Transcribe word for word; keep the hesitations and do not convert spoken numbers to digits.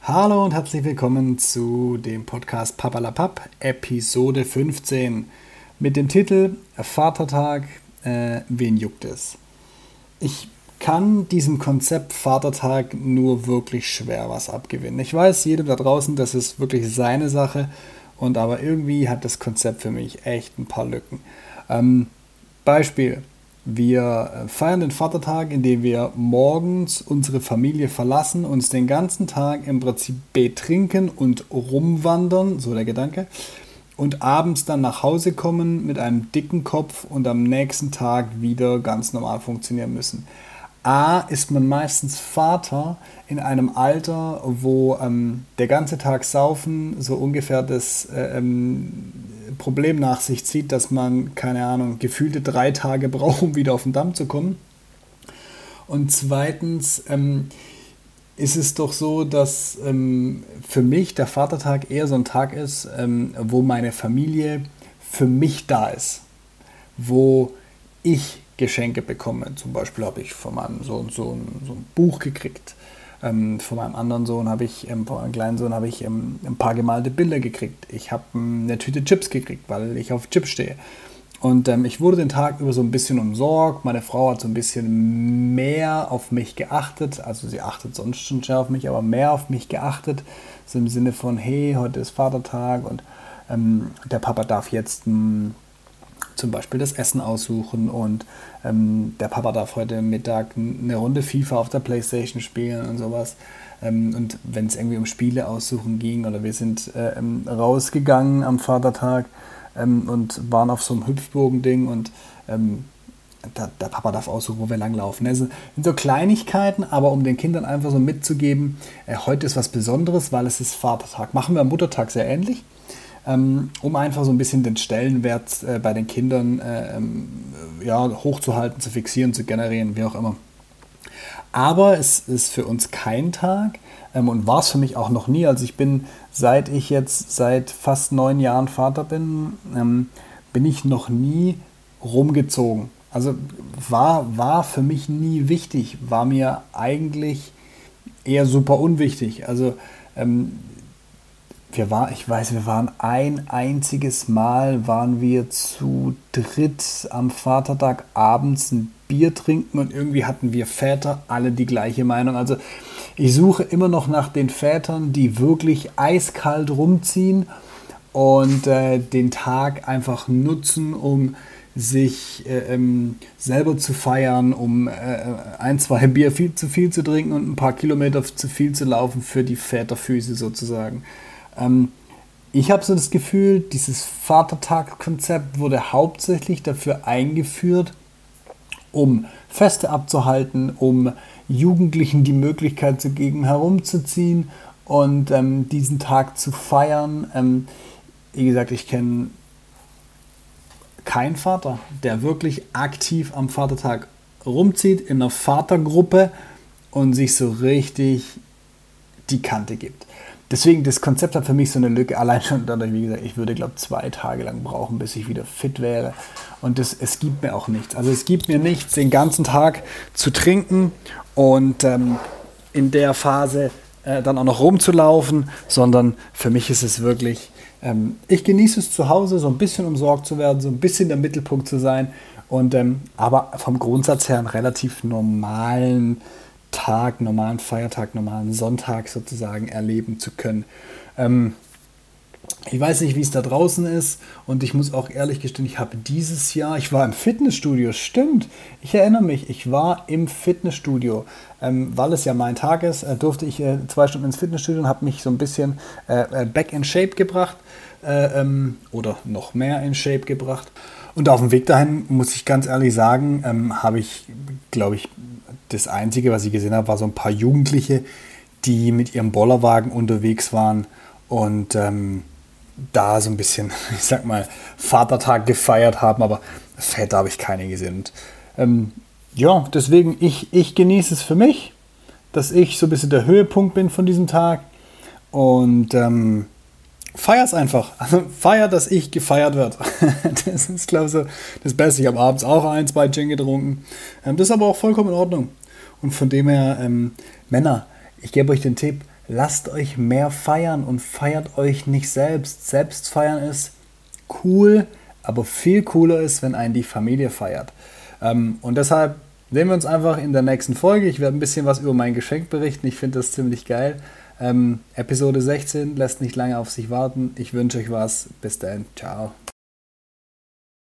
Hallo und herzlich willkommen zu dem Podcast Papalapap, Episode fünfzehn mit dem Titel Vatertag, äh, wen juckt es? Ich kann diesem Konzept Vatertag nur wirklich schwer was abgewinnen. Ich weiß, jedem da draußen, das ist wirklich seine Sache, und aber irgendwie hat das Konzept für mich echt ein paar Lücken. Ähm, Beispiel. Wir feiern den Vatertag, indem wir morgens unsere Familie verlassen, uns den ganzen Tag im Prinzip betrinken und rumwandern, so der Gedanke, und abends dann nach Hause kommen mit einem dicken Kopf und am nächsten Tag wieder ganz normal funktionieren müssen. A, ist man meistens Vater in einem Alter, wo ähm, der ganze Tag Saufen so ungefähr das äh, ähm, Problem nach sich zieht, dass man, keine Ahnung, gefühlte drei Tage braucht, um wieder auf den Damm zu kommen. Und zweitens ähm, ist es doch so, dass ähm, für mich der Vatertag eher so ein Tag ist, ähm, wo meine Familie für mich da ist, wo ich Geschenke bekomme. Zum Beispiel habe ich von meinem Sohn so ein, so ein Buch gekriegt. Ähm, von meinem anderen Sohn habe ich, ähm, von meinem kleinen Sohn habe ich ähm, ein paar gemalte Bilder gekriegt. Ich habe ähm, eine Tüte Chips gekriegt, weil ich auf Chips stehe. Und ähm, ich wurde den Tag über so ein bisschen umsorgt. Meine Frau hat so ein bisschen mehr auf mich geachtet. Also sie achtet sonst schon sehr auf mich, aber mehr auf mich geachtet. So im Sinne von, hey, heute ist Vatertag und ähm, der Papa darf jetzt ähm, zum Beispiel das Essen aussuchen und ähm, der Papa darf heute Mittag eine Runde FIFA auf der Playstation spielen und sowas. Ähm, und wenn es irgendwie um Spiele aussuchen ging oder wir sind äh, ähm, rausgegangen am Vatertag ähm, und waren auf so einem Hüpfburgen-Ding und ähm, der, der Papa darf aussuchen, wo wir langlaufen. Das sind so Kleinigkeiten, aber um den Kindern einfach so mitzugeben, äh, heute ist was Besonderes, weil es ist Vatertag. Machen wir am Muttertag sehr ähnlich. Um einfach so ein bisschen den Stellenwert äh, bei den Kindern äh, ähm, ja, hochzuhalten, zu fixieren, zu generieren, wie auch immer. Aber es ist für uns kein Tag ähm, und war es für mich auch noch nie. Also ich bin, seit ich jetzt seit fast neun Jahren Vater bin, ähm, bin ich noch nie rumgezogen. Also war, war für mich nie wichtig, war mir eigentlich eher super unwichtig. Also ähm, Wir war, ich weiß, wir waren ein einziges Mal, waren wir zu dritt am Vatertag abends ein Bier trinken und irgendwie hatten wir Väter alle die gleiche Meinung. Also ich suche immer noch nach den Vätern, die wirklich eiskalt rumziehen und äh, den Tag einfach nutzen, um sich äh, ähm, selber zu feiern, um äh, ein, zwei Bier viel zu viel zu trinken und ein paar Kilometer zu viel zu laufen für die Väterfüße sozusagen. Ähm, ich habe so das Gefühl, dieses Vatertag-Konzept wurde hauptsächlich dafür eingeführt, um Feste abzuhalten, um Jugendlichen die Möglichkeit zu geben, herumzuziehen und ähm, diesen Tag zu feiern. Ähm, wie gesagt, ich kenne keinen Vater, der wirklich aktiv am Vatertag rumzieht in einer Vatergruppe und sich so richtig die Kante gibt. Deswegen, das Konzept hat für mich so eine Lücke, allein schon dadurch, wie gesagt, ich würde, glaube ich, zwei Tage lang brauchen, bis ich wieder fit wäre. Und das, es gibt mir auch nichts. Also es gibt mir nichts, den ganzen Tag zu trinken und ähm, in der Phase äh, dann auch noch rumzulaufen, sondern für mich ist es wirklich, ähm, ich genieße es zu Hause, so ein bisschen umsorgt zu werden, so ein bisschen der Mittelpunkt zu sein, und ähm, aber vom Grundsatz her einen relativ normalen Tag, normalen Feiertag, normalen Sonntag sozusagen erleben zu können. Ähm, ich weiß nicht, wie es da draußen ist, und ich muss auch ehrlich gestehen, ich habe dieses Jahr, ich war im Fitnessstudio, stimmt, ich erinnere mich, ich war im Fitnessstudio, ähm, weil es ja mein Tag ist, äh, durfte ich äh, zwei Stunden ins Fitnessstudio und habe mich so ein bisschen äh, back in shape gebracht äh, ähm, oder noch mehr in shape gebracht. Und auf dem Weg dahin, muss ich ganz ehrlich sagen, ähm, habe ich, glaube ich, das Einzige, was ich gesehen habe, war so ein paar Jugendliche, die mit ihrem Bollerwagen unterwegs waren und ähm, da so ein bisschen, ich sag mal, Vatertag gefeiert haben, aber Väter habe ich keine gesehen. Und, ähm, ja, deswegen, ich, ich genieße es für mich, dass ich so ein bisschen der Höhepunkt bin von diesem Tag und ähm, feier es einfach. Also feier, dass ich gefeiert werde. Das ist, glaube ich, so das Beste. Ich habe abends auch ein, zwei Gin getrunken. Ähm, das ist aber auch vollkommen in Ordnung. Und von dem her, ähm, Männer, ich gebe euch den Tipp, lasst euch mehr feiern und feiert euch nicht selbst. Selbst feiern ist cool, aber viel cooler ist, wenn einen die Familie feiert. Ähm, und deshalb sehen wir uns einfach in der nächsten Folge. Ich werde ein bisschen was über mein Geschenk berichten. Ich finde das ziemlich geil. Ähm, Episode sechzehn lässt nicht lange auf sich warten. Ich wünsche euch was. Bis dann. Ciao.